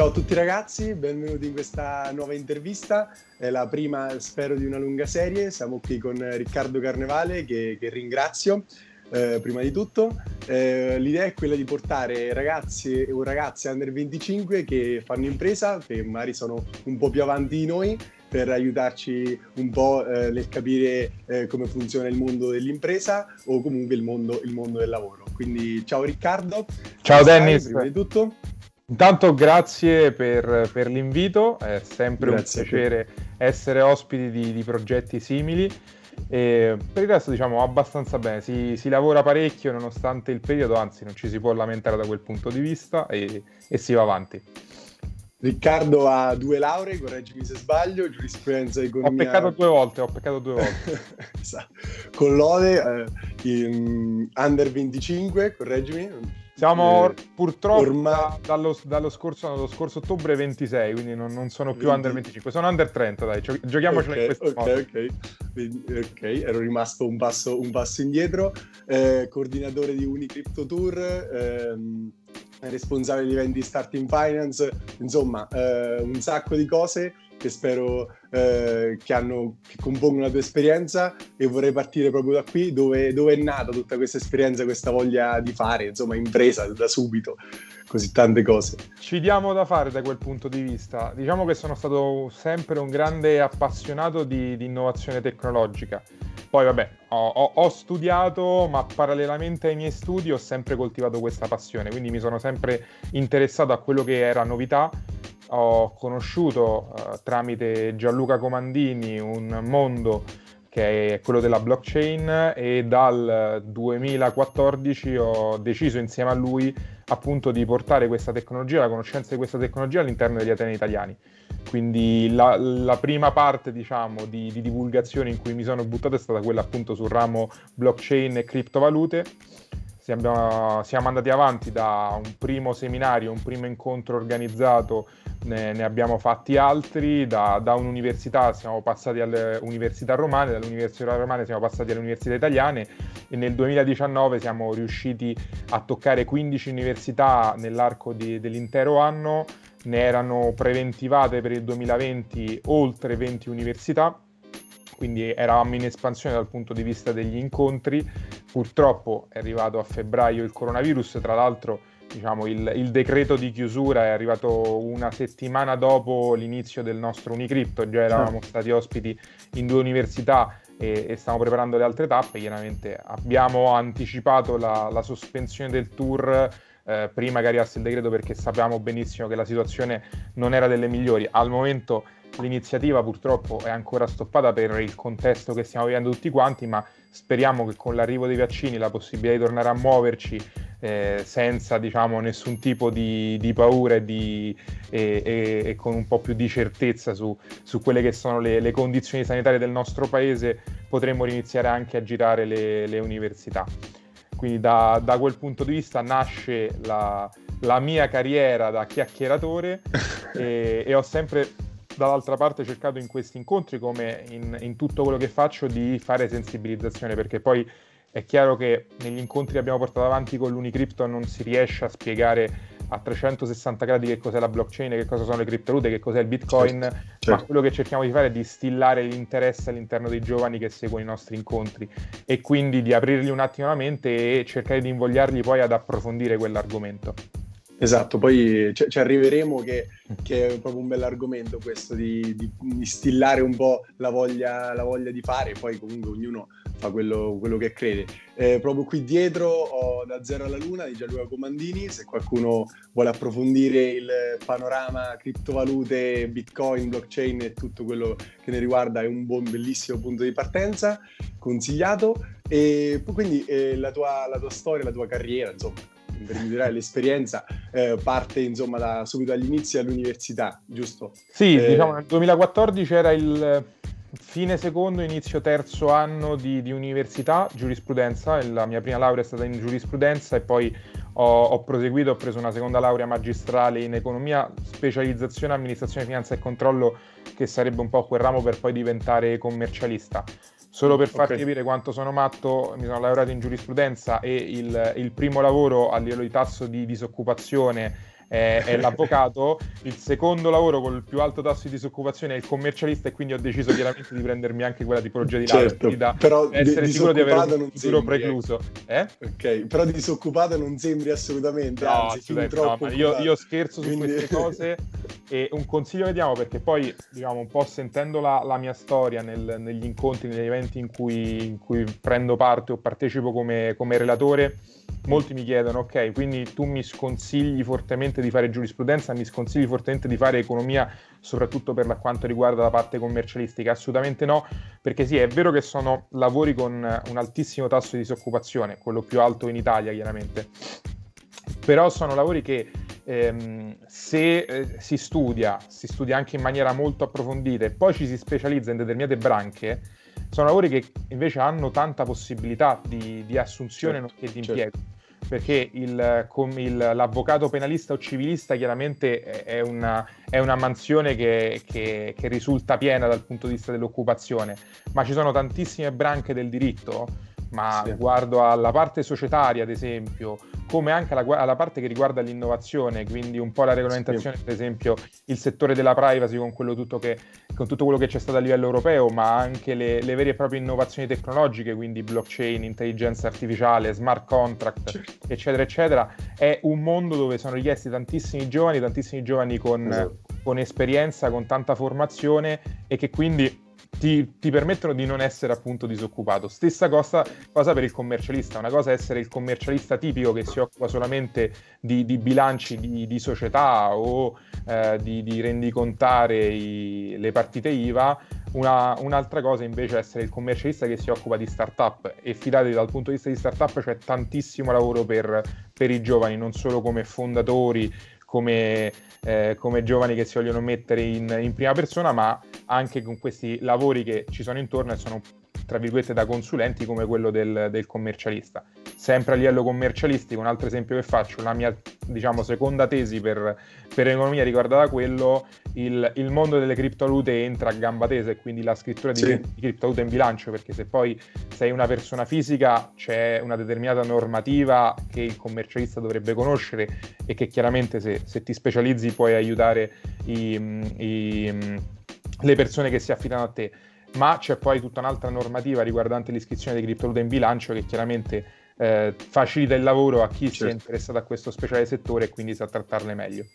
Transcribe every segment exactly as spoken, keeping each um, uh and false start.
Ciao a tutti ragazzi, benvenuti in questa nuova intervista, è la prima spero di una lunga serie. Siamo qui con Riccardo Carnevale che, che ringrazio eh, prima di tutto. Eh, l'idea è quella di portare ragazzi o ragazze under venticinque che fanno impresa, che magari sono un po' più avanti di noi, per aiutarci un po' eh, nel capire eh, come funziona il mondo dell'impresa o comunque il mondo, il mondo del lavoro. Quindi ciao Riccardo. Ciao Dennis. Prima di tutto. Intanto grazie per, per l'invito, è sempre Grazie un piacere essere ospiti di, di progetti simili. E per il resto diciamo abbastanza bene, si, si lavora parecchio nonostante il periodo, anzi non ci si può lamentare da quel punto di vista e, e si va avanti. Riccardo ha due lauree, correggimi se sbaglio, giurisprudenza e economia. Ho peccato due volte, ho peccato due volte. Con lode, eh, in under venticinque, correggimi. Siamo eh, purtroppo ormai... da, dallo, dallo, scorso, dallo scorso ottobre ventisei, quindi non, non sono più venti under venticinque, sono under trenta, dai, gio- giochiamocela okay, in questo okay, modo. Ok, ok, ero rimasto un passo, un passo indietro, eh, coordinatore di Unicrypto Tour, ehm, responsabile di eventi Starting Finance, insomma eh, un sacco di cose che spero eh, che, hanno, che compongono la tua esperienza, e vorrei partire proprio da qui, dove, dove è nata tutta questa esperienza, questa voglia di fare, insomma, impresa da subito, così tante cose. Ci diamo da fare da quel punto di vista. Diciamo che sono stato sempre un grande appassionato di, di innovazione tecnologica. Poi vabbè, ho, ho, ho studiato, ma parallelamente ai miei studi ho sempre coltivato questa passione, quindi mi sono sempre interessato a quello che era novità. Ho conosciuto uh, tramite Gianluca Comandini un mondo che è quello della blockchain, e dal duemilaquattordici ho deciso insieme a lui appunto di portare questa tecnologia, la conoscenza di questa tecnologia all'interno degli Atenei Italiani. Quindi la, la prima parte, diciamo, di, di divulgazione in cui mi sono buttato è stata quella appunto sul ramo blockchain e criptovalute. Siamo, siamo andati avanti da un primo seminario, un primo incontro organizzato, ne, ne abbiamo fatti altri, da, da un'università siamo passati alle università romane, dall'università romane siamo passati alle università italiane, e nel duemiladiciannove siamo riusciti a toccare quindici università nell'arco di, dell'intero anno. Ne erano preventivate per il duemilaventi oltre venti università, quindi eravamo in espansione dal punto di vista degli incontri. Purtroppo è arrivato a febbraio il coronavirus, tra l'altro diciamo il, il decreto di chiusura è arrivato una settimana dopo l'inizio del nostro Unicrypto, già eravamo stati ospiti in due università e, e stiamo preparando le altre tappe. Chiaramente abbiamo anticipato la, la sospensione del tour eh, prima che arrivasse il decreto, perché sappiamo benissimo che la situazione non era delle migliori. Al momento l'iniziativa purtroppo è ancora stoppata per il contesto che stiamo vivendo tutti quanti, ma speriamo che con l'arrivo dei vaccini la possibilità di tornare a muoverci eh, senza diciamo nessun tipo di, di paura e, di, e, e, e con un po' più di certezza su, su quelle che sono le, le condizioni sanitarie del nostro paese, potremmo riniziare anche a girare le, le università. Quindi da, da quel punto di vista nasce la, la mia carriera da chiacchieratore e, e ho sempre dall'altra parte cercato in questi incontri, come in, in tutto quello che faccio, di fare sensibilizzazione, perché poi è chiaro che negli incontri che abbiamo portato avanti con l'Unicrypto non si riesce a spiegare a trecentosessanta gradi che cos'è la blockchain, che cosa sono le criptovalute, che cos'è il Bitcoin, certo, certo. Ma quello che cerchiamo di fare è distillare l'interesse all'interno dei giovani che seguono i nostri incontri, e quindi di aprirgli un attimo la mente e cercare di invogliarli poi ad approfondire quell'argomento. Esatto, poi ci, ci arriveremo che, che è proprio un bell'argomento questo di, di distillare un po' la voglia, la voglia di fare, poi comunque ognuno fa quello, quello che crede. Eh, proprio qui dietro ho Da Zero alla Luna di Gianluca Comandini, se qualcuno vuole approfondire il panorama criptovalute, Bitcoin, blockchain e tutto quello che ne riguarda, è un buon, bellissimo punto di partenza, consigliato. E quindi eh, la, tua, la tua storia, la tua carriera, insomma, per migliorare l'esperienza, eh, parte insomma da, subito dagli inizi all'università, giusto? Sì, eh... diciamo nel duemilaquattordici era il fine secondo, inizio terzo anno di, di università, giurisprudenza, la mia prima laurea è stata in giurisprudenza e poi ho, ho proseguito, ho preso una seconda laurea magistrale in economia, specializzazione amministrazione, finanza e controllo, che sarebbe un po' quel ramo per poi diventare commercialista. Solo per farti okay. capire quanto sono matto, mi sono laureato in giurisprudenza e il, il primo lavoro a livello di tasso di disoccupazione è, è l'avvocato, il secondo lavoro con il più alto tasso di disoccupazione è il commercialista, e quindi ho deciso chiaramente di prendermi anche quella tipologia di laurea, Certo, da però essere di- sicuro di avere disoccupato un non futuro sembri, precluso. Eh? ok, però disoccupato non sembri assolutamente, No, anzi, fin assolutamente no, troppo ma io, occupato. io scherzo su Quindi... queste cose, e un consiglio che diamo, perché poi, diciamo, un po' sentendo la, la mia storia nel- negli incontri, negli eventi in cui, in cui prendo parte o partecipo come, come relatore, molti mi chiedono, ok, quindi tu mi sconsigli fortemente di fare giurisprudenza, mi sconsigli fortemente di fare economia, soprattutto per la- quanto riguarda la parte commercialistica? Assolutamente no, perché sì, è vero che sono lavori con un altissimo tasso di disoccupazione, quello più alto in Italia chiaramente, però sono lavori che ehm, se eh, si studia, si studia anche in maniera molto approfondita e poi ci si specializza in determinate branche, sono lavori che invece hanno tanta possibilità di, di assunzione Certo, nonché di certo. impiego. Perché il, com- il- l'avvocato penalista o civilista chiaramente è, è una, è una mansione che, che- che risulta piena dal punto di vista dell'occupazione, ma ci sono tantissime branche del diritto, ma Sì. guardo alla parte societaria, ad esempio, come anche alla, alla parte che riguarda l'innovazione, quindi un po' la regolamentazione, Sì. per esempio il settore della privacy con quello tutto che, con tutto quello che c'è stato a livello europeo, ma anche le, le vere e proprie innovazioni tecnologiche, quindi blockchain, intelligenza artificiale, smart contract, Certo. eccetera, eccetera. È un mondo dove sono richiesti tantissimi giovani, tantissimi giovani con, Esatto. con esperienza, con tanta formazione, e che quindi ti, ti permettono di non essere appunto disoccupato. Stessa cosa, cosa per il commercialista. Una cosa è essere il commercialista tipico che si occupa solamente di, di bilanci di, di società o eh, di, di rendicontare i, le partite I V A. Una, un'altra cosa invece è essere il commercialista che si occupa di startup, e fidatevi, dal punto di vista di startup c'è tantissimo lavoro per, per i giovani, non solo come fondatori, come, eh, come giovani che si vogliono mettere in, in prima persona, ma anche con questi lavori che ci sono intorno e sono, tra virgolette, da consulenti, come quello del, del commercialista. Sempre a livello commercialistico, un altro esempio che faccio, la mia, diciamo, seconda tesi per, per economia riguarda quello, il, il mondo delle criptovalute entra a gamba tesa, e quindi la scrittura di, Sì. di criptovalute in bilancio, perché se poi sei una persona fisica c'è una determinata normativa che il commercialista dovrebbe conoscere, e che chiaramente se, se ti specializzi puoi aiutare i, i, le persone che si affidano a te. Ma c'è poi tutta un'altra normativa riguardante l'iscrizione di criptovalute in bilancio che chiaramente eh, facilita il lavoro a chi Certo. si è interessato a questo speciale settore e quindi sa trattarle meglio.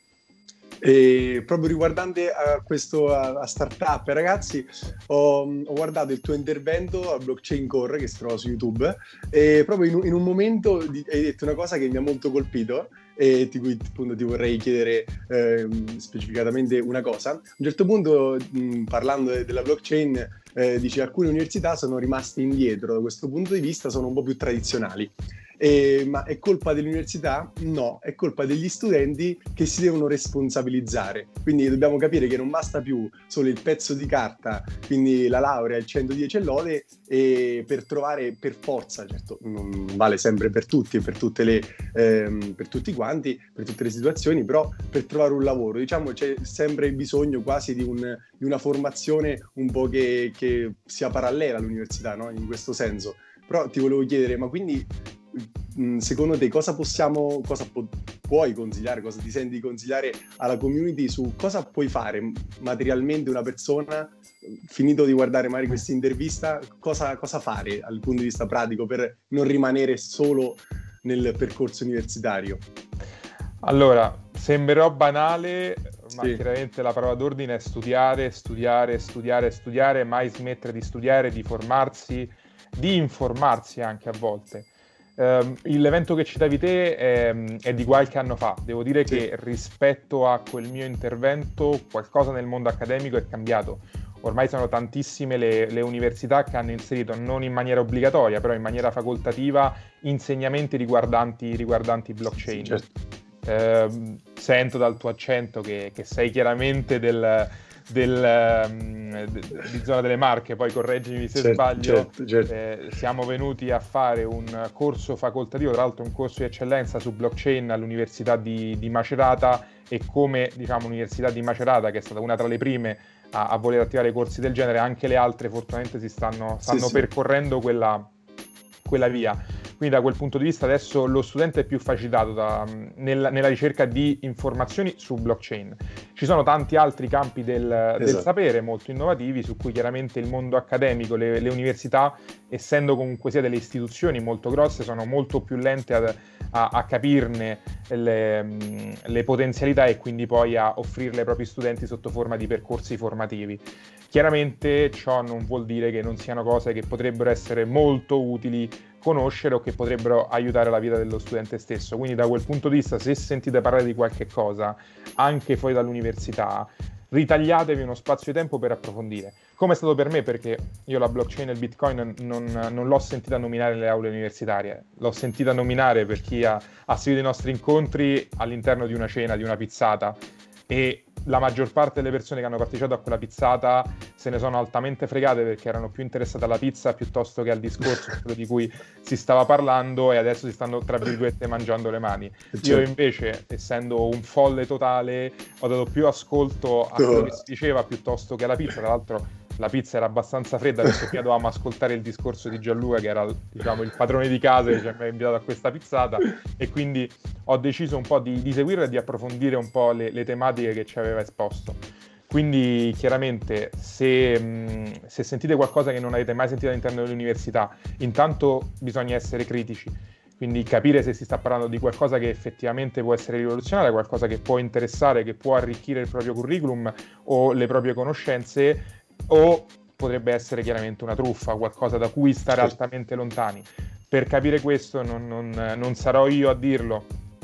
E proprio riguardante a questo a, a startup, ragazzi, ho, ho guardato il tuo intervento a Blockchain Core che si trova su YouTube, e proprio in, in un momento di, hai detto una cosa che mi ha molto colpito e di cui appunto ti vorrei chiedere eh, specificatamente una cosa. A un certo punto, mh, parlando de, della blockchain, eh, dici alcune università sono rimaste indietro da questo punto di vista, sono un po' più tradizionali. Eh, ma è colpa dell'università? No, è colpa degli studenti che si devono responsabilizzare. Quindi dobbiamo capire che non basta più solo il pezzo di carta, quindi la laurea, il centodieci e lode, e per trovare per forza, certo non vale sempre per tutti e per tutte le ehm, per tutti quanti, per tutte le situazioni, però per trovare un lavoro, diciamo, c'è sempre bisogno quasi di, un, di una formazione un po' che, che sia parallela all'università, no? In questo senso. Però ti volevo chiedere, ma quindi secondo te cosa possiamo, cosa pu- puoi consigliare, cosa ti senti di consigliare alla community su cosa puoi fare materialmente una persona, finito di guardare magari questa intervista, cosa, cosa fare dal punto di vista pratico per non rimanere solo nel percorso universitario? Allora, sembrerò banale, ma Sì. chiaramente la parola d'ordine è studiare, studiare, studiare, studiare, mai smettere di studiare, di formarsi, di informarsi anche a volte. Uh, l'evento che citavi te è, è di qualche anno fa. Devo dire Sì. che rispetto a quel mio intervento qualcosa nel mondo accademico è cambiato. Ormai sono tantissime le, le università che hanno inserito, non in maniera obbligatoria, però in maniera facoltativa, insegnamenti riguardanti, riguardanti blockchain. Certo. Uh, sento dal tuo accento che, che sei chiaramente del... Del, um, di zona delle Marche, poi correggimi se certo, sbaglio. certo, certo. Eh, siamo venuti a fare un corso facoltativo, tra l'altro un corso di eccellenza su blockchain all'Università di, di Macerata, e come, diciamo, Università di Macerata, che è stata una tra le prime a, a voler attivare corsi del genere, anche le altre fortunatamente si stanno, stanno sì, percorrendo sì. quella, quella via. Quindi da quel punto di vista adesso lo studente è più facilitato da, nella, nella ricerca di informazioni su blockchain. Ci sono tanti altri campi del, esatto. del sapere molto innovativi su cui chiaramente il mondo accademico, le, le università, essendo comunque sia delle istituzioni molto grosse, sono molto più lente a, a, a capirne le, le potenzialità e quindi poi a offrirle ai propri studenti sotto forma di percorsi formativi. Chiaramente ciò non vuol dire che non siano cose che potrebbero essere molto utili conoscere o che potrebbero aiutare la vita dello studente stesso. Quindi da quel punto di vista, se sentite parlare di qualche cosa anche fuori dall'università, ritagliatevi uno spazio di tempo per approfondire, come è stato per me, perché io la blockchain e il bitcoin non, non l'ho sentita nominare nelle aule universitarie, l'ho sentita nominare per chi ha, ha seguito i nostri incontri all'interno di una cena, di una pizzata, e la maggior parte delle persone che hanno partecipato a quella pizzata se ne sono altamente fregate perché erano più interessate alla pizza piuttosto che al discorso di cui si stava parlando, e adesso si stanno tra virgolette mangiando le mani. Certo. Io invece, essendo un folle totale, ho dato più ascolto a quello che si diceva piuttosto che alla pizza. Tra l'altro la pizza era abbastanza fredda perché prima dovevamo ascoltare il discorso di Gianluca, che era, diciamo, il padrone di casa che ci ha invitato a questa pizzata, e quindi ho deciso un po' di, di seguirla e di approfondire un po' le, le tematiche che ci aveva esposto. Quindi chiaramente se, mh, se sentite qualcosa che non avete mai sentito all'interno dell'università, intanto bisogna essere critici, quindi capire se si sta parlando di qualcosa che effettivamente può essere rivoluzionario, qualcosa che può interessare, che può arricchire il proprio curriculum o le proprie conoscenze, o potrebbe essere chiaramente una truffa, qualcosa da cui stare certo. altamente lontani. Per capire questo non, non, non sarò io a dirlo,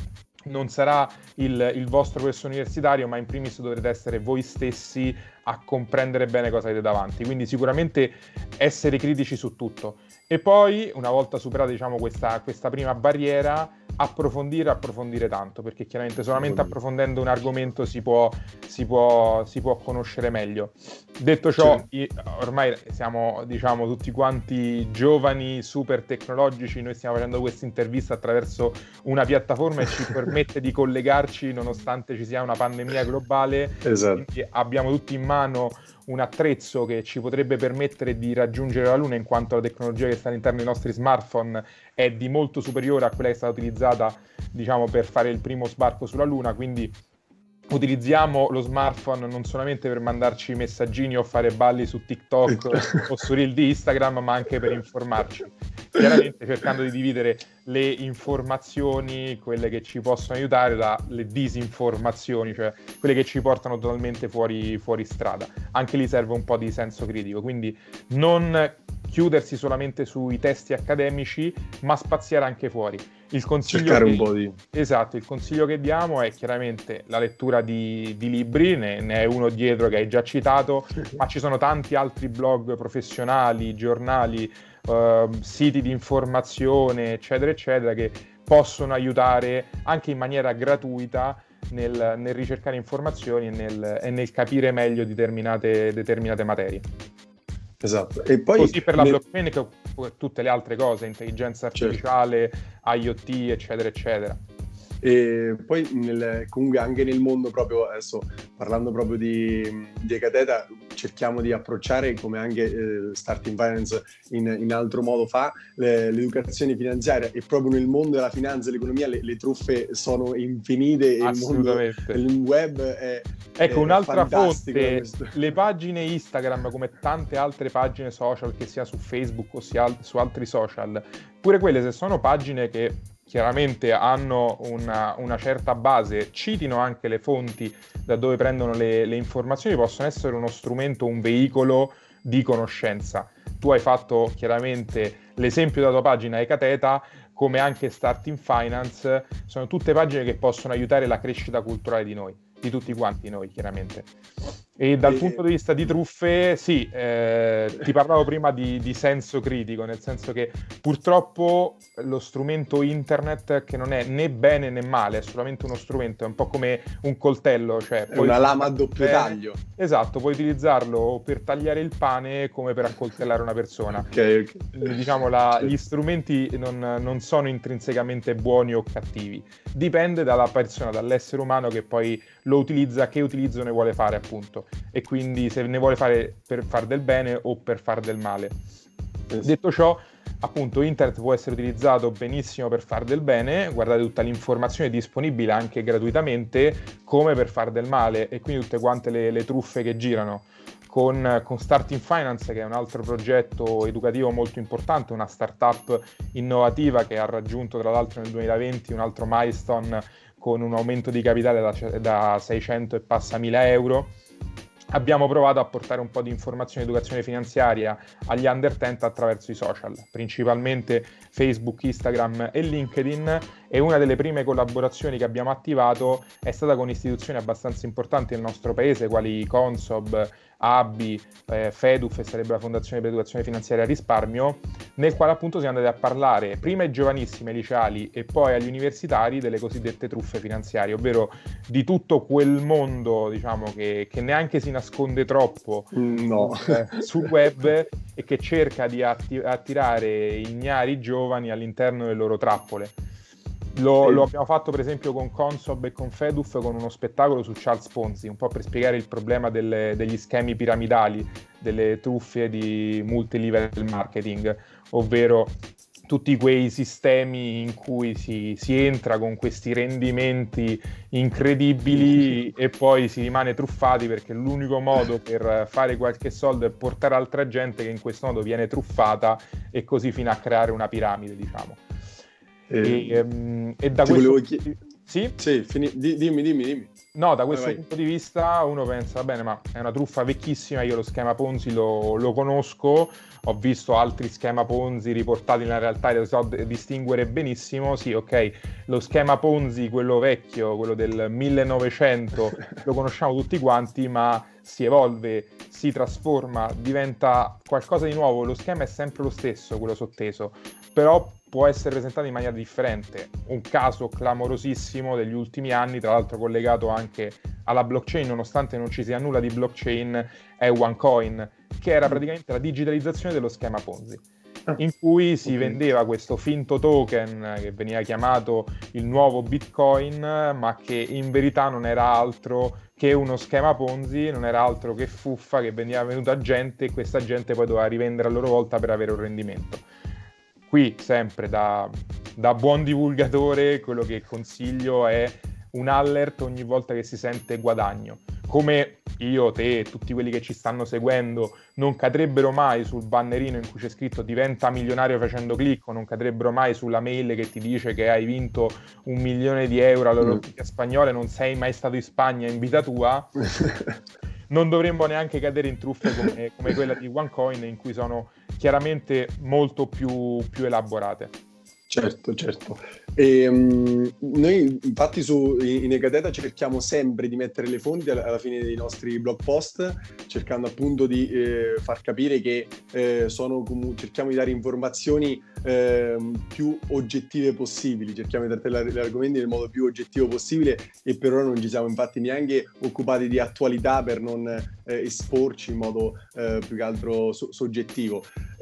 non sarà il, il vostro professore universitario, ma in primis dovrete essere voi stessi a comprendere bene cosa avete davanti. Quindi sicuramente essere critici su tutto. E poi, una volta superata, diciamo, questa, questa prima barriera, approfondire, approfondire tanto, perché chiaramente solamente approfondendo un argomento si può, si può, si può conoscere meglio. Detto ciò, io, ormai siamo, diciamo, tutti quanti giovani, super tecnologici, noi stiamo facendo questa intervista attraverso una piattaforma che ci permette di collegarci nonostante ci sia una pandemia globale. Esatto. Quindi abbiamo tutti in mano un attrezzo che ci potrebbe permettere di raggiungere la Luna, in quanto la tecnologia che sta all'interno dei nostri smartphone è di molto superiore a quella che è stata utilizzata, diciamo, per fare il primo sbarco sulla Luna. Quindi utilizziamo lo smartphone non solamente per mandarci messaggini o fare balli su TikTok o su reel di Instagram, ma anche per informarci, chiaramente cercando di dividere le informazioni, quelle che ci possono aiutare, dalle disinformazioni, cioè quelle che ci portano totalmente fuori, fuori strada. Anche lì serve un po' di senso critico, quindi non chiudersi solamente sui testi accademici, ma spaziare anche fuori. Il consiglio cercare che, un po' di... Esatto, il consiglio che diamo è chiaramente la lettura di, di libri, ne, ne è uno dietro che hai già citato, ma ci sono tanti altri blog professionali, giornali, uh, siti di informazione, eccetera, eccetera, che possono aiutare anche in maniera gratuita nel, nel ricercare informazioni e nel, e nel capire meglio determinate, determinate materie. Esatto. E poi così per la ne... blockchain che per tutte le altre cose, intelligenza artificiale, certo. IoT, eccetera, eccetera. E poi nel, comunque anche nel mondo, proprio adesso parlando proprio di, di Ecateta, cerchiamo di approcciare, come anche eh, Starting Finance in, in altro modo fa, le, l'educazione finanziaria, e proprio nel mondo della finanza e dell'economia le, le truffe sono infinite, e il mondo il web è ecco è un'altra fonte, questo. Le pagine Instagram, come tante altre pagine social, che sia su Facebook o sia su altri social, pure quelle, se sono pagine che chiaramente hanno una, una certa base, citino anche le fonti da dove prendono le, le informazioni, possono essere uno strumento, un veicolo di conoscenza. Tu hai fatto chiaramente l'esempio della tua pagina Ecateta, come anche Starting Finance, sono tutte pagine che possono aiutare la crescita culturale di noi, di tutti quanti noi, chiaramente. E dal e... punto di vista di truffe, sì, eh, ti parlavo prima di, di senso critico, nel senso che purtroppo lo strumento internet, che non è né bene né male, è solamente uno strumento, è un po' come un coltello, cioè è una lama a doppio bene, taglio. Esatto, puoi utilizzarlo per tagliare il pane come per accoltellare una persona. Okay, okay. Diciamo, la, gli strumenti non, non sono intrinsecamente buoni o cattivi, dipende dalla persona, dall'essere umano che poi lo utilizza, che utilizzo ne vuole fare, appunto. E quindi se ne vuole fare per far del bene o per far del male. Yes. Detto ciò, appunto internet può essere utilizzato benissimo per far del bene, guardate tutta l'informazione disponibile anche gratuitamente, come per far del male, e quindi tutte quante le, le truffe che girano. Con, con Starting Finance, che è un altro progetto educativo molto importante, una startup innovativa che ha raggiunto tra l'altro nel duemilaventi un altro milestone con un aumento di capitale da, da seicento e passa mila euro. Abbiamo provato a portare un po' di informazione e educazione finanziaria agli under trenta attraverso i social, principalmente Facebook, Instagram e LinkedIn, e una delle prime collaborazioni che abbiamo attivato è stata con istituzioni abbastanza importanti nel nostro paese, quali Consob, A B I, eh, FEDUF, che sarebbe la Fondazione per l'Educazione Finanziaria e Risparmio, nel quale appunto siamo andati a parlare prima ai giovanissimi, ai liceali e poi agli universitari delle cosiddette truffe finanziarie, ovvero di tutto quel mondo, diciamo, che, che neanche si nasconde troppo no. eh, sul web e che cerca di atti- attirare ignari giovani all'interno delle loro trappole. Lo, lo abbiamo fatto per esempio con Consob e con Feduf con uno spettacolo su Charles Ponzi, un po' per spiegare il problema delle, degli schemi piramidali, delle truffe di multi-level marketing, ovvero tutti quei sistemi in cui si, si entra con questi rendimenti incredibili e poi si rimane truffati, perché l'unico modo per fare qualche soldo è portare altra gente che in questo modo viene truffata, e così fino a creare una piramide, diciamo. Eh, e, um, e da ti questo volevo chiedere... Sì? Sì, fini... dimmi, dimmi, dimmi. No, da questo vai, punto di vista uno pensa, bene, ma è una truffa vecchissima, io lo schema Ponzi lo, lo conosco, ho visto altri schema Ponzi riportati nella realtà e lo so distinguere benissimo. Sì, ok, lo schema Ponzi, quello vecchio, quello del millenovecento, lo conosciamo tutti quanti, ma si evolve, si trasforma, diventa qualcosa di nuovo. Lo schema è sempre lo stesso, quello sotteso, però può essere presentato in maniera differente. Un caso clamorosissimo degli ultimi anni, tra l'altro collegato anche alla blockchain, nonostante non ci sia nulla di blockchain, è OneCoin, che era praticamente la digitalizzazione dello schema Ponzi, in cui si okay. vendeva questo finto token che veniva chiamato il nuovo Bitcoin, ma che in verità non era altro che uno schema Ponzi, non era altro che fuffa che veniva venduta a gente, e questa gente poi doveva rivendere a loro volta per avere un rendimento. Qui sempre da, da buon divulgatore quello che consiglio è un alert ogni volta che si sente guadagno. Come io, te e tutti quelli che ci stanno seguendo non cadrebbero mai sul bannerino in cui c'è scritto diventa milionario facendo click, o non cadrebbero mai sulla mail che ti dice che hai vinto un milione di euro alla lotteria mm. spagnola e non sei mai stato in Spagna in vita tua, non dovremmo neanche cadere in truffe come, come quella di OneCoin, in cui sono chiaramente molto più, più elaborate. Certo, certo. E, um, noi infatti su, in Ecateta cerchiamo sempre di mettere le fonti alla, alla fine dei nostri blog post, cercando appunto di eh, far capire che eh, sono comu- cerchiamo di dare informazioni eh, più oggettive possibili, cerchiamo di trattare gli argomenti nel modo più oggettivo possibile, e per ora non ci siamo infatti neanche occupati di attualità per non eh, esporci in modo eh, più che altro so- soggettivo.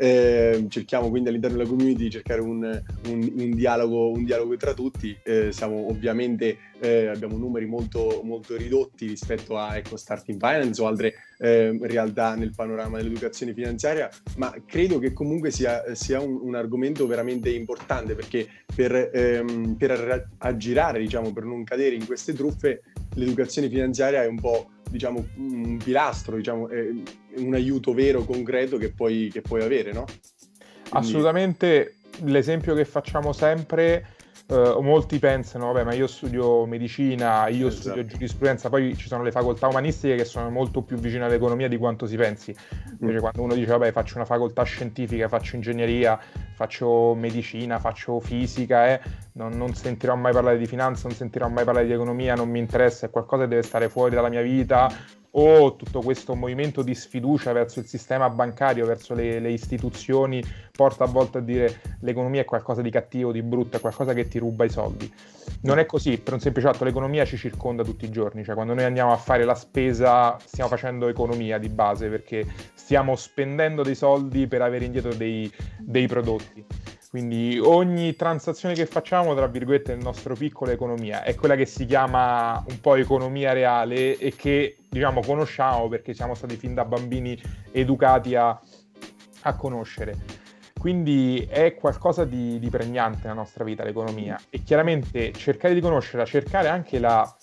Eh, cerchiamo quindi all'interno della community di cercare un, un, un dialogo un dialogo tra tutti. Eh, siamo ovviamente eh, abbiamo numeri molto, molto ridotti rispetto a ecco, Starting Finance o altre eh, realtà nel panorama dell'educazione finanziaria, ma credo che comunque sia, sia un, un argomento veramente importante, perché per, ehm, per aggirare, diciamo, per non cadere in queste truffe, l'educazione finanziaria è un po', diciamo, un pilastro, diciamo, è un aiuto vero, concreto che puoi, che puoi avere, no? Quindi... Assolutamente. L'esempio che facciamo sempre, eh, molti pensano, vabbè, ma io studio medicina, io esatto. studio giurisprudenza, poi ci sono le facoltà umanistiche che sono molto più vicine all'economia di quanto si pensi. Invece mm. quando uno dice, vabbè, faccio una facoltà scientifica, faccio ingegneria, faccio medicina, faccio fisica, eh, non, non sentirò mai parlare di finanza, non sentirò mai parlare di economia, non mi interessa, è qualcosa che deve stare fuori dalla mia vita. O tutto questo movimento di sfiducia verso il sistema bancario, verso le, le istituzioni, porta a volte a dire l'economia è qualcosa di cattivo, di brutto, è qualcosa che ti ruba i soldi. Non è così, per un semplice fatto l'economia ci circonda tutti i giorni, cioè quando noi andiamo a fare la spesa stiamo facendo economia di base, perché stiamo spendendo dei soldi per avere indietro dei, dei prodotti. Quindi ogni transazione che facciamo, tra virgolette, nel nostro piccolo economia, è quella che si chiama un po' economia reale e che, diciamo, conosciamo perché siamo stati fin da bambini educati a, a conoscere. quindi è qualcosa di, di pregnante nella nostra vita, l'economia, e chiaramente cercare di conoscerla, cercare anche la,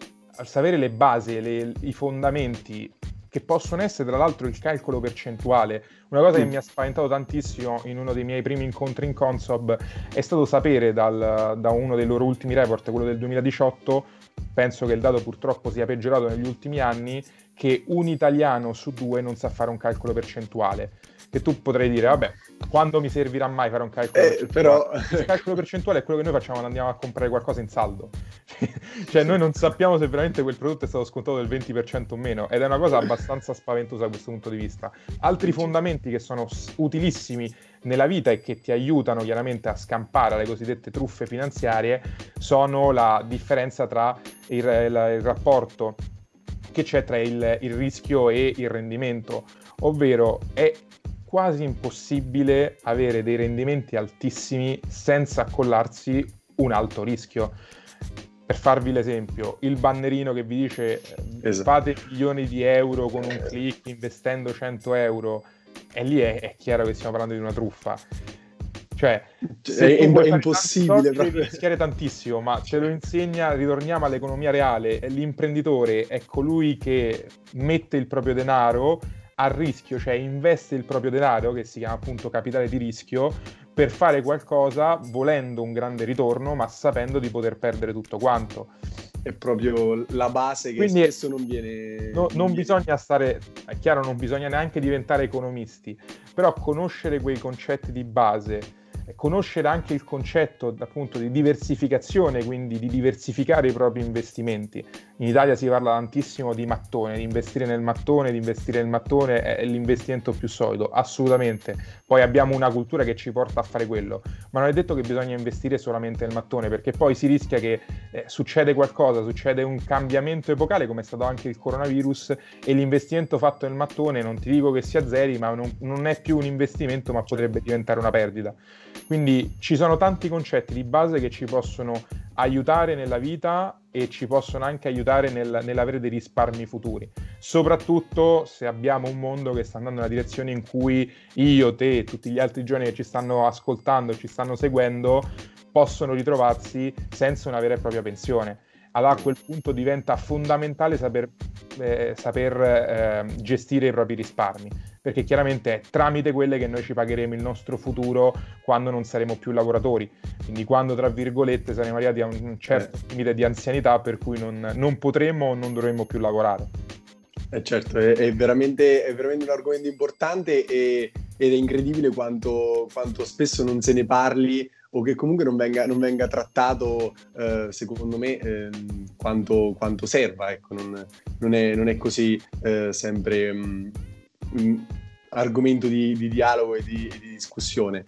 sapere le basi, le, i fondamenti, che possono essere tra l'altro il calcolo percentuale. Una cosa mm. che mi ha spaventato tantissimo in uno dei miei primi incontri in Consob è stato sapere dal, da uno dei loro ultimi report, quello del duemiladiciotto, penso che il dato purtroppo sia peggiorato negli ultimi anni, che un italiano su due non sa fare un calcolo percentuale. Che tu potrai dire, vabbè, quando mi servirà mai fare un calcolo eh, percentuale? Però... Il calcolo percentuale è quello che noi facciamo quando andiamo a comprare qualcosa in saldo. Cioè noi non sappiamo se veramente quel prodotto è stato scontato del venti per cento o meno, ed è una cosa abbastanza spaventosa da questo punto di vista. Altri fondamenti che sono utilissimi nella vita e che ti aiutano chiaramente a scampare alle cosiddette truffe finanziarie sono la differenza tra il, il, il rapporto che c'è tra il, il rischio e il rendimento, ovvero è quasi impossibile avere dei rendimenti altissimi senza accollarsi un alto rischio. Per farvi l'esempio, il bannerino che vi dice esatto. fate milioni di euro con un click investendo cento euro, e lì è, è chiaro che stiamo parlando di una truffa. Cioè, se è, è impossibile, soldi, devi rischiare tantissimo, ma ce lo insegna, ritorniamo all'economia reale, l'imprenditore è colui che mette il proprio denaro a rischio, cioè investe il proprio denaro, che si chiama appunto capitale di rischio, per fare qualcosa volendo un grande ritorno, ma sapendo di poter perdere tutto quanto. È proprio la base che Quindi spesso non viene... No, non viene. Bisogna stare, è chiaro, non bisogna neanche diventare economisti, però conoscere quei concetti di base, conoscere anche il concetto appunto di diversificazione, quindi di diversificare i propri investimenti. In Italia si parla tantissimo di mattone, di investire nel mattone, di investire nel mattone è l'investimento più solido, assolutamente. Poi abbiamo una cultura che ci porta a fare quello, ma non è detto che bisogna investire solamente nel mattone, perché poi si rischia che eh, succede qualcosa, succede un cambiamento epocale come è stato anche il coronavirus, e l'investimento fatto nel mattone, non ti dico che si azzeri, ma non, non è più un investimento, ma potrebbe diventare una perdita. Quindi ci sono tanti concetti di base che ci possono aiutare nella vita e ci possono anche aiutare nel, nell'avere dei risparmi futuri, soprattutto se abbiamo un mondo che sta andando nella direzione in cui io, te e tutti gli altri giovani che ci stanno ascoltando e ci stanno seguendo possono ritrovarsi senza una vera e propria pensione. Allora a quel punto diventa fondamentale saper, eh, saper eh, gestire i propri risparmi, perché chiaramente è tramite quelle che noi ci pagheremo il nostro futuro quando non saremo più lavoratori, quindi quando tra virgolette saremo arrivati a un certo limite di anzianità per cui non, non potremo o non dovremo più lavorare. Eh certo, è, è, veramente, è veramente un argomento importante e, ed è incredibile quanto, quanto spesso non se ne parli o che comunque non venga, non venga trattato, eh, secondo me, eh, quanto, quanto serva. Ecco, non, non, è, non è così eh, sempre mh, mh, argomento di, di dialogo e di, di discussione.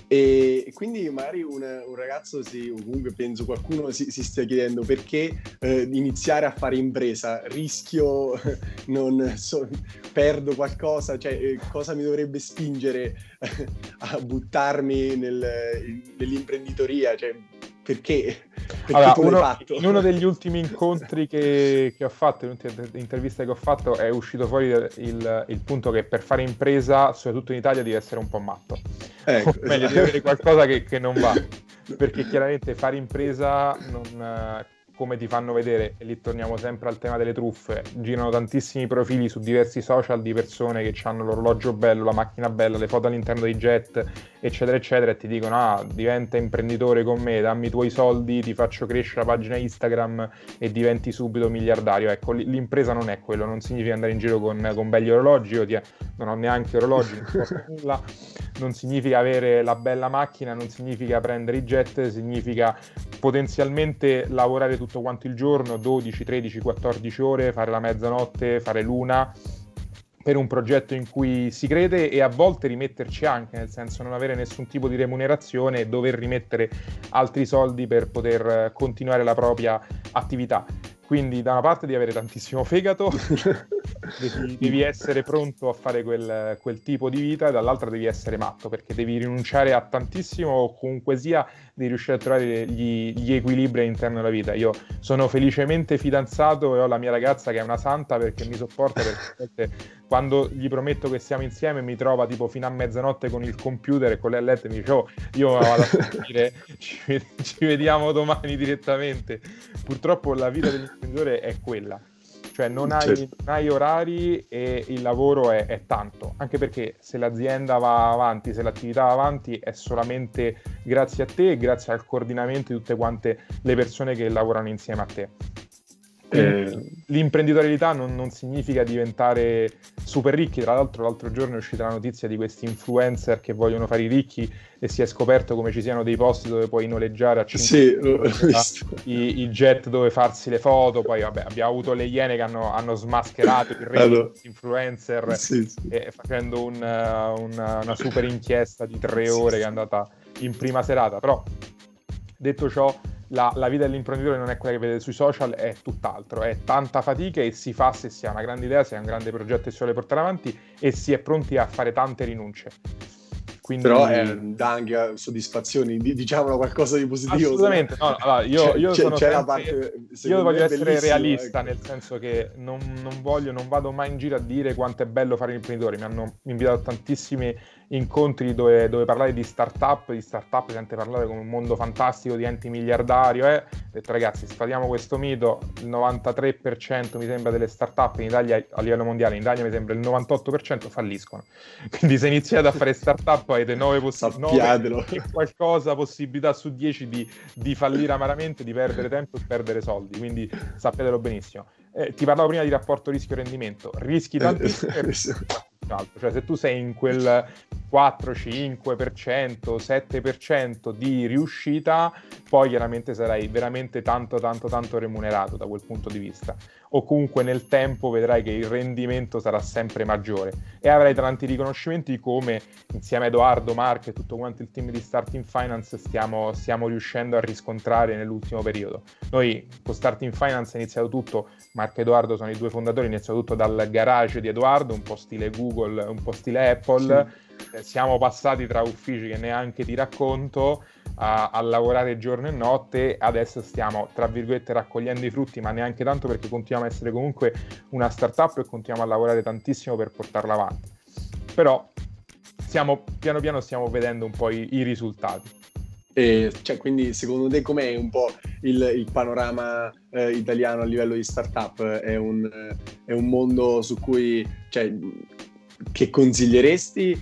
E quindi magari un, un ragazzo, si, o comunque penso qualcuno si, si stia chiedendo perché eh, iniziare a fare impresa, rischio, non so, perdo qualcosa, cioè eh, cosa mi dovrebbe spingere a buttarmi nel, nell'imprenditoria, cioè perché? Perché allora, tu l'hai uno, fatto? In uno degli ultimi incontri che, che ho fatto, in interviste che ho fatto, è uscito fuori il, il punto che per fare impresa, soprattutto in Italia, devi essere un po' matto. Ecco, o meglio, devi avere qualcosa che, che non va, perché chiaramente fare impresa non... come ti fanno vedere, e lì torniamo sempre al tema delle truffe, girano tantissimi profili su diversi social di persone che hanno l'orologio bello, la macchina bella, le foto all'interno dei jet, eccetera eccetera, e ti dicono ah, diventa imprenditore con me, dammi i tuoi soldi, ti faccio crescere la pagina Instagram e diventi subito miliardario. Ecco, l'impresa non è quello, non significa andare in giro con, con belli orologi, io ti, non ho neanche orologi, non posso nulla, non significa avere la bella macchina, non significa prendere i jet, significa potenzialmente lavorare tutto quanto il giorno, dodici, tredici, quattordici ore, fare la mezzanotte, fare l'una, per un progetto in cui si crede, e a volte rimetterci anche, nel senso non avere nessun tipo di remunerazione e dover rimettere altri soldi per poter continuare la propria attività. Quindi da una parte devi avere tantissimo fegato devi, devi essere pronto a fare quel, quel tipo di vita, e dall'altra devi essere matto, perché devi rinunciare a tantissimo, o comunque sia devi riuscire a trovare gli, gli equilibri all'interno della vita. Io sono felicemente fidanzato e ho la mia ragazza che è una santa, perché mi sopporta, perché quando gli prometto che siamo insieme mi trova tipo fino a mezzanotte con il computer e con le lettere, mi dice oh, io vado a dormire, ci, ci vediamo domani direttamente. Purtroppo la vita dell'imprenditore è quella, cioè non hai, Certo. non hai orari e il lavoro è, è tanto, anche perché se l'azienda va avanti, se l'attività va avanti, è solamente grazie a te e grazie al coordinamento di tutte quante le persone che lavorano insieme a te. Quindi Eh, l'imprenditorialità non, non significa diventare super ricchi. Tra l'altro l'altro giorno è uscita la notizia di questi influencer che vogliono fare i ricchi, e si è scoperto come ci siano dei posti dove puoi noleggiare a cinque sì, l'ho, l'ho visto. i, i jet dove farsi le foto. Poi vabbè, abbiamo avuto le Iene che hanno, hanno smascherato il re Allora, di influencer, sì, sì. eh, facendo un, uh, una, una super inchiesta di tre Sì, ore sì. che è andata in prima serata. Però detto ciò, La, la vita dell'imprenditore non è quella che vedete sui social, è tutt'altro, è tanta fatica, e si fa se si ha una grande idea, se ha un grande progetto e si vuole portare avanti, e si è pronti a fare tante rinunce. Quindi... Però eh, dà anche soddisfazioni, di- diciamolo qualcosa di positivo. Assolutamente, no, allora, io, c'è, io c'è, sono c'è sempre... la parte, Io voglio me, essere realista, ecco. nel senso che non, non voglio, non vado mai in giro a dire quanto è bello fare l'imprenditore. Mi hanno invitato a tantissimi incontri dove, dove parlare di startup, di startup si sente parlare come un mondo fantastico di enti miliardario, eh. Ho detto ragazzi, sfatiamo questo mito, il novantatré per cento mi sembra delle startup in Italia, a livello mondiale, in Italia mi sembra il novantotto per cento falliscono. Quindi se iniziate a fare startup avete nove possibilità, e qualcosa possibilità su dieci di, di fallire amaramente, di perdere tempo e perdere soldi, quindi sappiatelo benissimo. Eh, ti parlavo prima di rapporto rischio-rendimento, rischi tantissimo e rischi altro. Cioè se tu sei in quel quattro cinque per cento, sette per cento di riuscita, poi chiaramente sarai veramente tanto tanto tanto remunerato da quel punto di vista, o comunque nel tempo vedrai che il rendimento sarà sempre maggiore e avrai tanti riconoscimenti, come insieme a Edoardo, Mark e tutto quanto il team di Starting Finance stiamo, stiamo riuscendo a riscontrare nell'ultimo periodo. Noi con Starting Finance è iniziato tutto, Mark e Edoardo sono i due fondatori, è iniziato tutto dal garage di Edoardo, un po' stile Google, un po' stile Apple. Sì. Eh, siamo passati tra uffici che neanche ti racconto a, a lavorare giorno e notte. Adesso stiamo tra virgolette raccogliendo i frutti, ma neanche tanto, perché continuiamo a essere comunque una startup e continuiamo a lavorare tantissimo per portarla avanti. Però stiamo, piano piano stiamo vedendo un po' i, i risultati. E, cioè, quindi secondo te com'è un po' il, il panorama eh, italiano a livello di startup? È un, è un mondo su cui, cioè, che consiglieresti,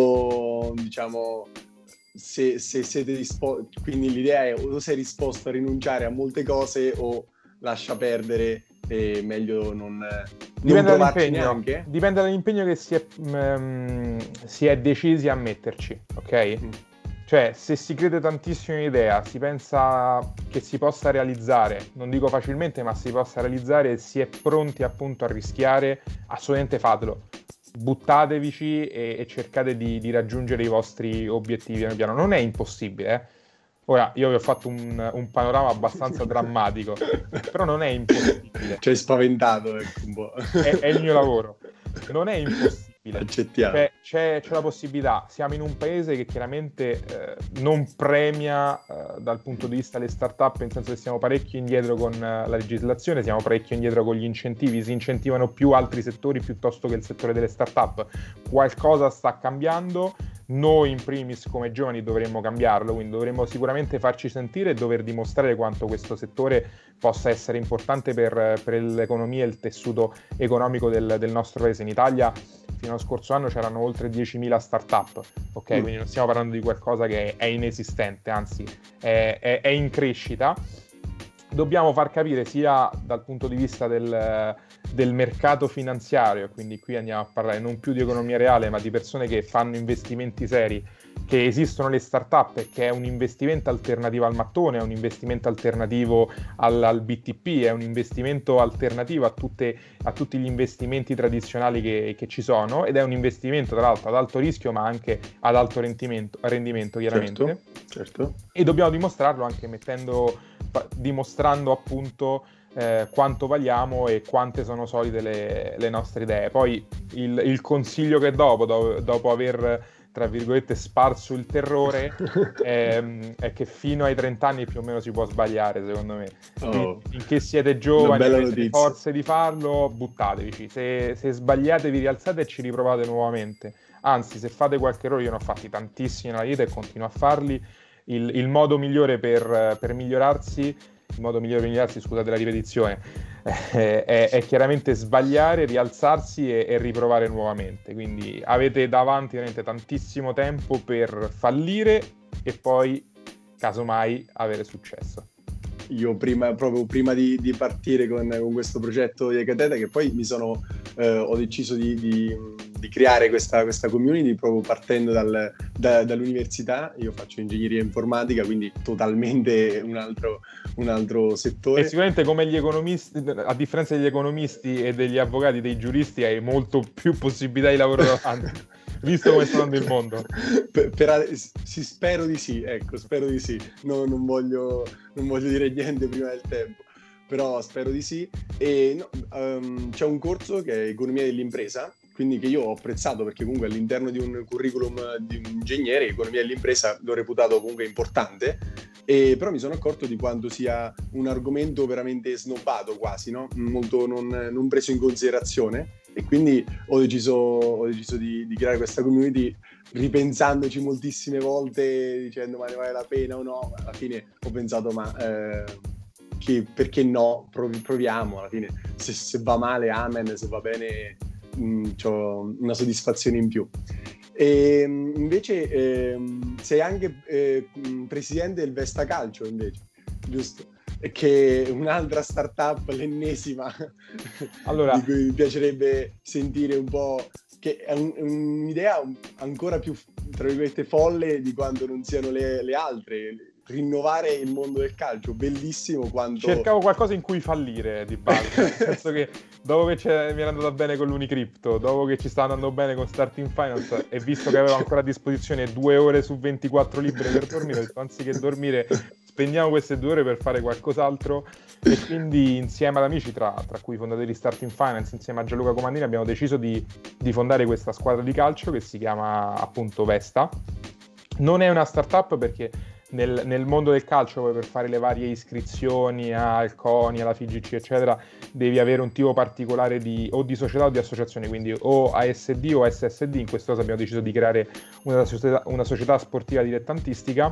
o diciamo se, se siete disposti, quindi l'idea è o sei disposto a rinunciare a molte cose o lascia perdere e meglio non, non provarci neanche? Dipende dall'impegno che si è, um, si è decisi a metterci, ok? Mm. Cioè, se si crede tantissimo in un'idea, si pensa che si possa realizzare, non dico facilmente, ma si possa realizzare, e si è pronti appunto a rischiare, assolutamente fatelo. Buttatevici e, e cercate di, di raggiungere i vostri obiettivi piano piano. Non è impossibile, eh? Ora, io vi ho fatto un, un panorama abbastanza drammatico, però non è impossibile. Ci hai spaventato, ecco, un po'. È, è il mio lavoro. Non è impossibile. Accettiamo. Cioè, c'è, c'è la possibilità. Siamo in un paese che chiaramente eh, non premia eh, dal punto di vista delle start-up, nel senso che siamo parecchio indietro con eh, la legislazione, siamo parecchio indietro con gli incentivi, si incentivano più altri settori piuttosto che il settore delle start-up. Qualcosa sta cambiando. Noi in primis come giovani dovremmo cambiarlo, quindi dovremmo sicuramente farci sentire e dover dimostrare quanto questo settore possa essere importante per, per l'economia e il tessuto economico del, del nostro paese. In Italia fino allo scorso anno c'erano oltre diecimila start-up, ok? Mm. Quindi non stiamo parlando di qualcosa che è inesistente, anzi è, è, è in crescita. Dobbiamo far capire sia dal punto di vista del, del mercato finanziario, quindi qui andiamo a parlare non più di economia reale, ma di persone che fanno investimenti seri, che esistono le start-up e che è un investimento alternativo al mattone, è un investimento alternativo al, al B T P, è un investimento alternativo a, tutte, a tutti gli investimenti tradizionali che, che ci sono, ed è un investimento tra l'altro ad alto rischio ma anche ad alto rendimento, rendimento chiaramente. Certo, certo. E dobbiamo dimostrarlo anche mettendo... dimostrando appunto eh, quanto valiamo e quante sono solide le, le nostre idee. Poi il, il consiglio che dopo, do, dopo aver, tra virgolette, sparso il terrore, è, è che fino ai trenta anni più o meno si può sbagliare, secondo me. Oh, finché siete giovani, avete notizia. le forze di farlo, buttatevici. Se, se sbagliate, vi rialzate e ci riprovate nuovamente. Anzi, se fate qualche errore, io ne ho fatti tantissimi nella vita e continuo a farli, il, il modo migliore per, per migliorarsi, il modo migliore per migliorarsi, scusate la ripetizione, eh, è, è chiaramente sbagliare, rialzarsi e, e riprovare nuovamente. Quindi avete davanti veramente tantissimo tempo per fallire e poi, casomai, avere successo. Io prima, proprio prima di, di partire con, con questo progetto di Ecateta, che poi mi sono, eh, ho deciso di, di, di creare questa, questa community proprio partendo dal, da, dall'università. Io faccio ingegneria informatica, quindi totalmente un altro, un altro settore. E sicuramente, come gli economisti, a differenza degli economisti e degli avvocati, dei giuristi, hai molto più possibilità di lavoro davanti. Visto come sta andando il mondo. Per, per, sì, spero di sì, ecco, spero di sì. No, non voglio, non voglio dire niente prima del tempo, però spero di sì. E no, um, c'è un corso che è Economia dell'impresa, quindi che io ho apprezzato perché comunque all'interno di un curriculum di un ingegnere, Economia dell'impresa l'ho reputato comunque importante, e però mi sono accorto di quanto sia un argomento veramente snobbato quasi, no? Molto non, non preso in considerazione. E quindi ho deciso, ho deciso di, di creare questa community ripensandoci moltissime volte, dicendo ma ne vale la pena o no. Alla fine ho pensato ma eh, che, perché no, Provi, proviamo, alla fine se, se va male amen, se va bene mh, c'ho una soddisfazione in più. E invece eh, sei anche eh, presidente del Vesta Calcio invece, giusto? Che è un'altra startup, l'ennesima, allora, di cui mi piacerebbe sentire un po', che è un, un'idea ancora più, tra virgolette, folle di quanto non siano le, le altre. Rinnovare il mondo del calcio, bellissimo quanto... Cercavo qualcosa in cui fallire di base, nel senso che dopo che mi era andata bene con l'Unicrypto, dopo che ci stava andando bene con Starting Finance, e visto che avevo ancora a disposizione due ore su ventiquattro libere per dormire, ho detto anziché dormire spendiamo queste due ore per fare qualcos'altro. E quindi insieme ad amici, tra, tra cui i fondatori di Starting Finance, insieme a Gianluca Comandini, abbiamo deciso di, di fondare questa squadra di calcio che si chiama appunto Vesta. Non è una startup perché Nel, nel mondo del calcio, per fare le varie iscrizioni al CONI, alla F I G C, eccetera, devi avere un tipo particolare di o di società o di associazione, quindi o A S D o S S D. In questo caso abbiamo deciso di creare una società, una società sportiva dilettantistica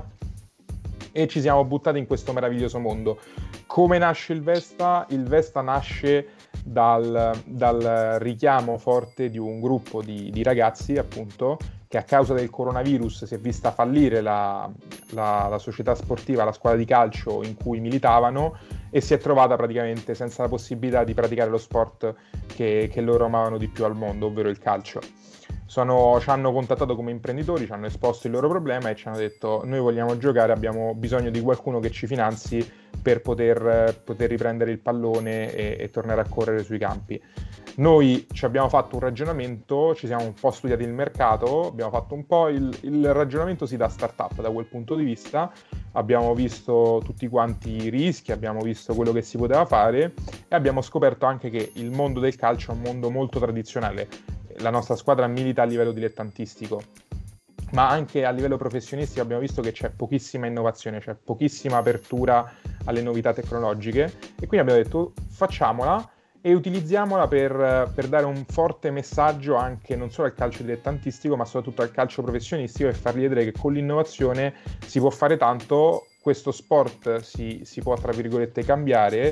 e ci siamo buttati in questo meraviglioso mondo. Come nasce il Vesta? Il Vesta nasce dal, dal richiamo forte di un gruppo di, di ragazzi, appunto, che a causa del coronavirus si è vista fallire la, la, la società sportiva, la squadra di calcio in cui militavano, e si è trovata praticamente senza la possibilità di praticare lo sport che, che loro amavano di più al mondo, ovvero il calcio. Sono, ci hanno contattato come imprenditori, ci hanno esposto il loro problema e ci hanno detto: noi vogliamo giocare, abbiamo bisogno di qualcuno che ci finanzi per poter, poter riprendere il pallone e, e tornare a correre sui campi. Noi ci abbiamo fatto un ragionamento, ci siamo un po' studiati il mercato, abbiamo fatto un po' il, il ragionamento sì da startup da quel punto di vista, abbiamo visto tutti quanti i rischi, abbiamo visto quello che si poteva fare e abbiamo scoperto anche che il mondo del calcio è un mondo molto tradizionale. La nostra squadra milita a livello dilettantistico, ma anche a livello professionistico abbiamo visto che c'è pochissima innovazione, c'è pochissima apertura alle novità tecnologiche, e quindi abbiamo detto facciamola e utilizziamola per, per dare un forte messaggio anche non solo al calcio dilettantistico ma soprattutto al calcio professionistico, e fargli vedere che con l'innovazione si può fare tanto, questo sport si, si può tra virgolette cambiare.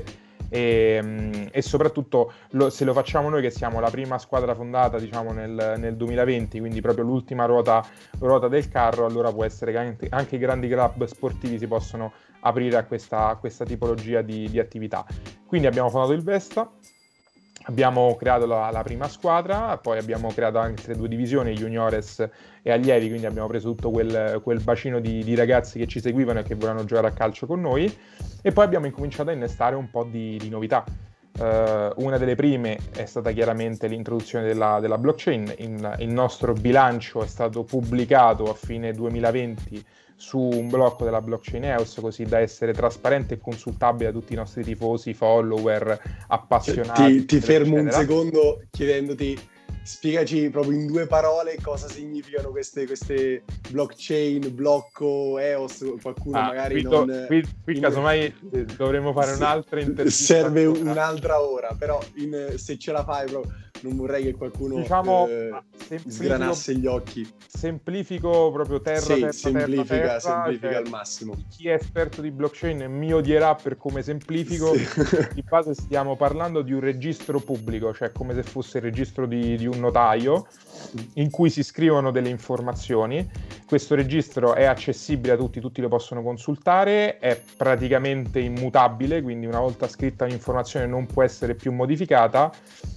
E, e soprattutto lo, se lo facciamo noi che siamo la prima squadra fondata diciamo nel, nel duemilaventi, quindi proprio l'ultima ruota, ruota del carro, allora può essere che anche, anche i grandi club sportivi si possono aprire a questa, a questa tipologia di, di attività. Quindi abbiamo fondato il Vesta, abbiamo creato la, la prima squadra, poi abbiamo creato anche le due divisioni, juniores e allievi, quindi abbiamo preso tutto quel, quel bacino di, di ragazzi che ci seguivano e che volevano giocare a calcio con noi, e poi abbiamo incominciato a innestare un po' di, di novità. Uh, una delle prime è stata chiaramente l'introduzione della, della blockchain. In, il nostro bilancio è stato pubblicato a fine duemilaventi su un blocco della Blockchain House, così da essere trasparente e consultabile da tutti i nostri tifosi, follower, appassionati. Ti, ti eccetera, fermo eccetera. un secondo chiedendoti, spiegaci proprio in due parole cosa significano queste, queste blockchain, blocco, E O S, qualcuno ah, magari qui, non... qui, qui in... casomai dovremmo fare un'altra intervista. Serve ancora. un'altra ora, però in, se ce la fai proprio, non vorrei che qualcuno diciamo, eh, sgranasse gli occhi. Semplifico proprio terra, sì, terra, semplifica, terra, terra, semplifica cioè, al massimo. Chi è esperto di blockchain mi odierà per come semplifico. Sì. Di base stiamo parlando di un registro pubblico, cioè come se fosse il registro di, di un notaio, in cui si scrivono delle informazioni. Questo registro è accessibile a tutti, tutti lo possono consultare, è praticamente immutabile, quindi una volta scritta un'informazione non può essere più modificata,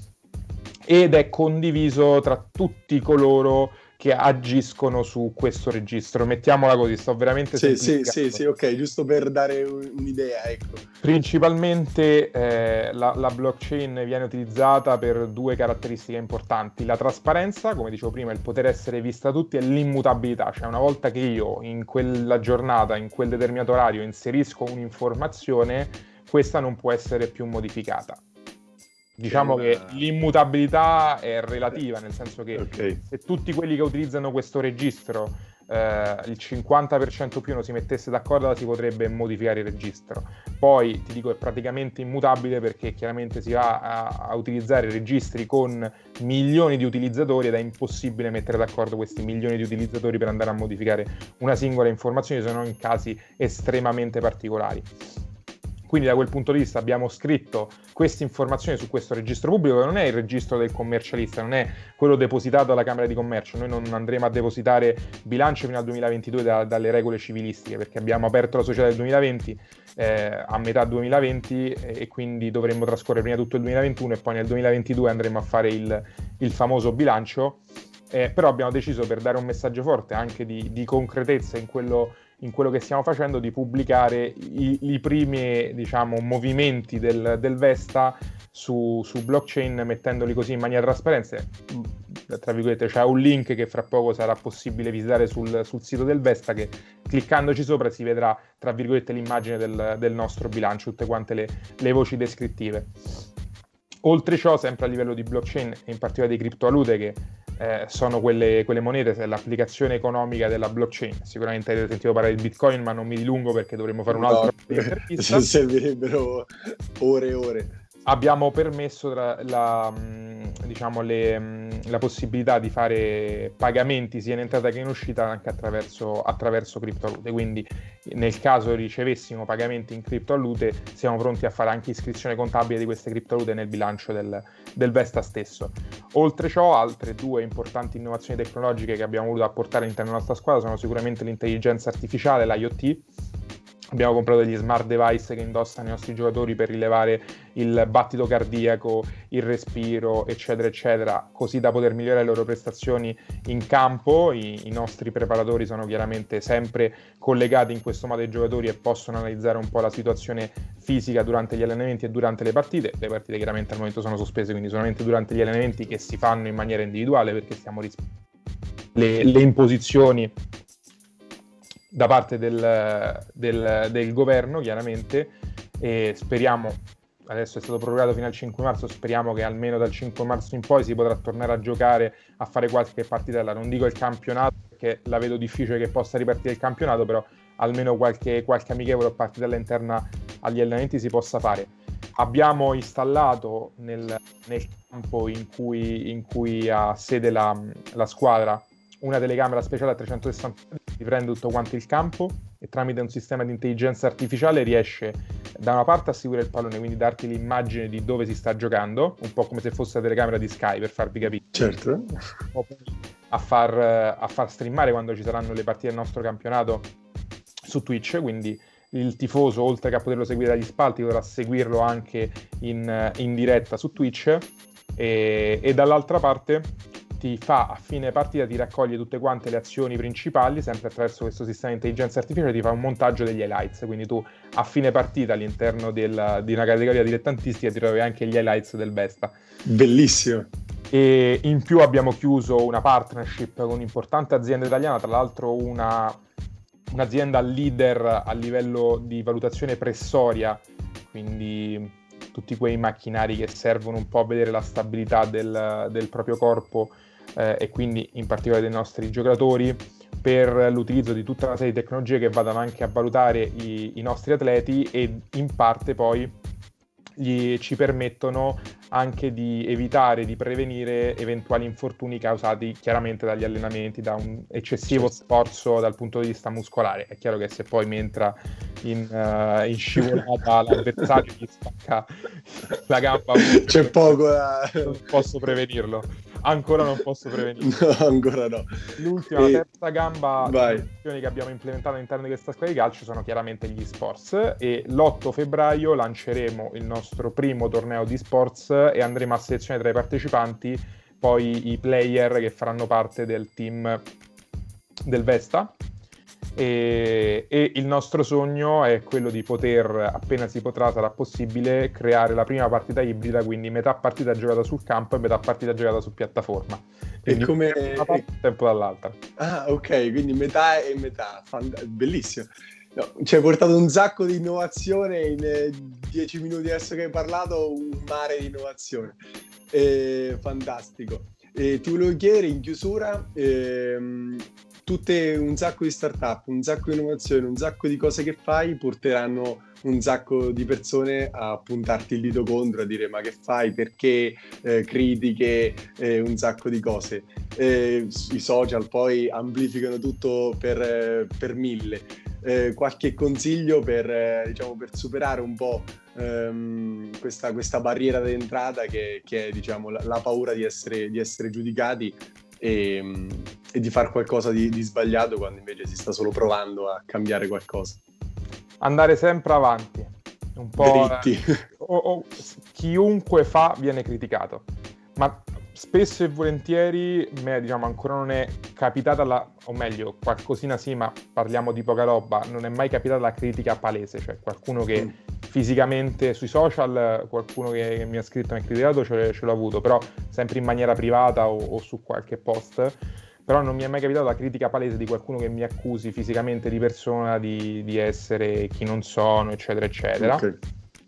ed è condiviso tra tutti coloro che agiscono su questo registro. Mettiamola così, sto veramente sì, semplificando. Sì, sì, sì, ok, giusto per dare un'idea, ecco. Principalmente eh, la, la blockchain viene utilizzata per due caratteristiche importanti: la trasparenza, come dicevo prima, il poter essere vista da tutti, e l'immutabilità, cioè una volta che io in quella giornata, in quel determinato orario inserisco un'informazione, questa non può essere più modificata. Diciamo una... che l'immutabilità è relativa, nel senso che okay. se tutti quelli che utilizzano questo registro, eh, il cinquanta per cento più non si mettesse d'accordo, si potrebbe modificare il registro. Poi ti dico è praticamente immutabile, perché chiaramente si va a, a utilizzare registri con milioni di utilizzatori ed è impossibile mettere d'accordo questi milioni di utilizzatori per andare a modificare una singola informazione, se non in casi estremamente particolari. Quindi da quel punto di vista abbiamo scritto queste informazioni su questo registro pubblico, che non è il registro del commercialista, non è quello depositato alla Camera di Commercio. Noi non andremo a depositare bilancio fino al duemilaventidue da, dalle regole civilistiche, perché abbiamo aperto la società del duemilaventi, eh, a metà duemilaventi, e quindi dovremmo trascorrere prima tutto il duemilaventuno e poi nel duemilaventidue andremo a fare il, il famoso bilancio. Eh, però abbiamo deciso, per dare un messaggio forte anche di, di concretezza in quello in quello che stiamo facendo, di pubblicare i, i primi, diciamo, movimenti del, del Vesta su, su blockchain, mettendoli così in maniera trasparente. Tra virgolette, c'è un link che fra poco sarà possibile visitare sul, sul sito del Vesta, che cliccandoci sopra si vedrà, tra virgolette, l'immagine del, del nostro bilancio, tutte quante le, le voci descrittive. Oltre ciò, sempre a livello di blockchain e in particolare di criptovalute, che eh, sono quelle, quelle monete, è l'applicazione economica della blockchain. Sicuramente avete sentito parlare di Bitcoin, ma non mi dilungo perché dovremmo fare un'altra no, intervista. Servirebbero ore e ore. Abbiamo permesso la, la, diciamo le, la possibilità di fare pagamenti sia in entrata che in uscita anche attraverso, attraverso criptovalute, quindi nel caso ricevessimo pagamenti in criptovalute siamo pronti a fare anche iscrizione contabile di queste criptovalute nel bilancio del, del Vesta stesso. Oltre ciò, altre due importanti innovazioni tecnologiche che abbiamo voluto apportare all'interno della nostra squadra sono sicuramente l'intelligenza artificiale, l'IoT. Abbiamo comprato degli smart device che indossano i nostri giocatori per rilevare il battito cardiaco, il respiro, eccetera, eccetera, così da poter migliorare le loro prestazioni in campo. I, i nostri preparatori sono chiaramente sempre collegati in questo modo ai giocatori e possono analizzare un po' la situazione fisica durante gli allenamenti e durante le partite. Le partite chiaramente al momento sono sospese, quindi solamente durante gli allenamenti, che si fanno in maniera individuale, perché stiamo rispettando le, le imposizioni da parte del, del, del governo, chiaramente, e speriamo, adesso è stato prorogato fino al cinque marzo, speriamo che almeno dal cinque marzo in poi si potrà tornare a giocare, a fare qualche partitella. Non dico il campionato, perché la vedo difficile che possa ripartire il campionato, però almeno qualche, qualche amichevole o partitella interna agli allenamenti si possa fare. Abbiamo installato nel, nel campo in cui, in cui ha sede la, la squadra una telecamera speciale a trecentosessanta gradi, ti prende tutto quanto il campo e tramite un sistema di intelligenza artificiale riesce da una parte a seguire il pallone, quindi darti l'immagine di dove si sta giocando, un po' come se fosse la telecamera di Sky, per farvi capire. Certo. A far, a far streamare quando ci saranno le partite del nostro campionato su Twitch, quindi il tifoso, oltre che a poterlo seguire dagli spalti, potrà seguirlo anche in, in diretta su Twitch. E, e dall'altra parte ti fa a fine partita, ti raccoglie tutte quante le azioni principali, sempre attraverso questo sistema di intelligenza artificiale, ti fa un montaggio degli highlights, quindi tu a fine partita all'interno del, di una categoria dilettantistica ti trovi anche gli highlights del Vesta. Bellissimo. E in più abbiamo chiuso una partnership con un'importante azienda italiana, tra l'altro una, un'azienda leader a livello di valutazione pressoria, quindi tutti quei macchinari che servono un po' a vedere la stabilità del, del proprio corpo eh, e quindi in particolare dei nostri giocatori, per l'utilizzo di tutta una serie di tecnologie che vadano anche a valutare i, i nostri atleti e in parte poi gli, ci permettono anche di evitare, di prevenire eventuali infortuni causati chiaramente dagli allenamenti, da un eccessivo sforzo dal punto di vista muscolare. È chiaro che se poi mi entra in, uh, in scivolata l'avversario gli spacca la gamba, c'è poco da... non posso prevenirlo, ancora non posso prevenirlo. No, ancora no. L'ultima, e... la terza gamba Vai. di azioni che abbiamo implementato all'interno di questa squadra di calcio sono chiaramente gli sports, e l'otto febbraio lanceremo il nostro primo torneo di sports e andremo a selezionare tra i partecipanti poi i player che faranno parte del team del Vesta. E, e il nostro sogno è quello di poter, appena si potrà, sarà possibile, creare la prima partita ibrida, quindi metà partita giocata sul campo e metà partita giocata su piattaforma. Quindi e come una parte e tempo dall'altra. Ah, ok, quindi metà e metà. Fand- bellissimo. No, ci hai portato un sacco di innovazione in eh, dieci minuti adesso che hai parlato, un mare di innovazione. Eh, fantastico. E ti volevo chiedere in chiusura, ehm, tutte un sacco di startup, un sacco di innovazione, un sacco di cose che fai porteranno un sacco di persone a puntarti il dito contro, a dire ma che fai, perché, eh, critiche, eh, un sacco di cose. Eh, i social poi amplificano tutto per, eh, per mille. Eh, qualche consiglio per, eh, diciamo, per superare un po' ehm, questa, questa barriera d'entrata che, che è, diciamo, la, la paura di essere, di essere giudicati e, e di fare qualcosa di, di sbagliato quando invece si sta solo provando a cambiare qualcosa. Andare sempre avanti, un po' dritti. O, o, chiunque fa viene criticato, ma spesso e volentieri, me, diciamo, ancora non è capitata la, o meglio, qualcosina sì, ma parliamo di poca roba, non è mai capitata la critica palese, cioè qualcuno che mm. fisicamente sui social, qualcuno che mi ha scritto, mi ha criticato, ce, ce l'ho avuto, però sempre in maniera privata o, o su qualche post. Però non mi è mai capitato la critica palese di qualcuno che mi accusi fisicamente di persona di, di essere chi non sono, eccetera, eccetera. Okay.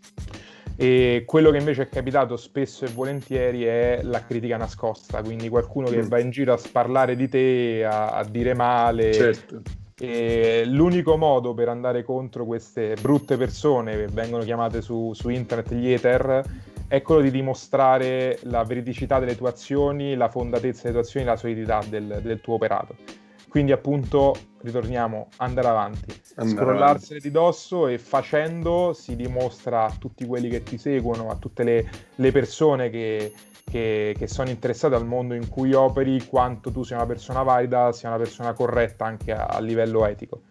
E quello che invece è capitato spesso e volentieri è la critica nascosta, quindi qualcuno che mm. va in giro a sparlare di te, a, a dire male. Certo. E l'unico modo per andare contro queste brutte persone che vengono chiamate su, su internet gli hater è quello di dimostrare la veridicità delle tue azioni, la fondatezza delle tue azioni, la solidità del, del tuo operato. Quindi appunto, ritorniamo, andare avanti, andare scrollarsene avanti di dosso, e facendo si dimostra a tutti quelli che ti seguono, a tutte le, le persone che, che, che sono interessate al mondo in cui operi, quanto tu sia una persona valida, sia una persona corretta anche a, a livello etico.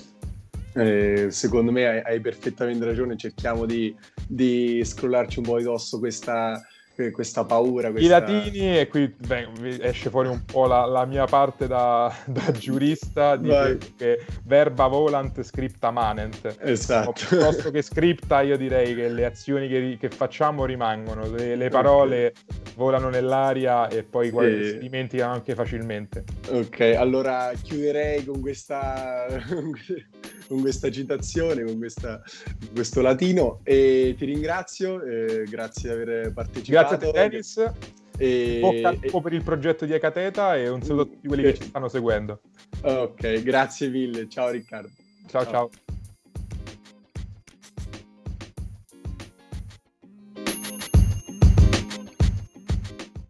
Eh, secondo me hai, hai perfettamente ragione, cerchiamo di, di scrollarci un po' di dosso questa, questa paura. Questa... I latini, e qui beh, esce fuori un po' la, la mia parte da, da giurista, di che, che verba volant scripta manent. Esatto. Piuttosto che scripta, io direi che le azioni che, che facciamo rimangono, le, le parole okay. volano nell'aria e poi e... si dimenticano anche facilmente. Ok, allora chiuderei con questa... con questa citazione, con questa, questo latino, e ti ringrazio, eh, grazie di aver partecipato. Grazie a te, Dennis, e... bocca al lupo per il progetto di Ecateta e un saluto a tutti quelli che ci stanno seguendo. Ok, grazie mille, ciao Riccardo. Ciao ciao. ciao.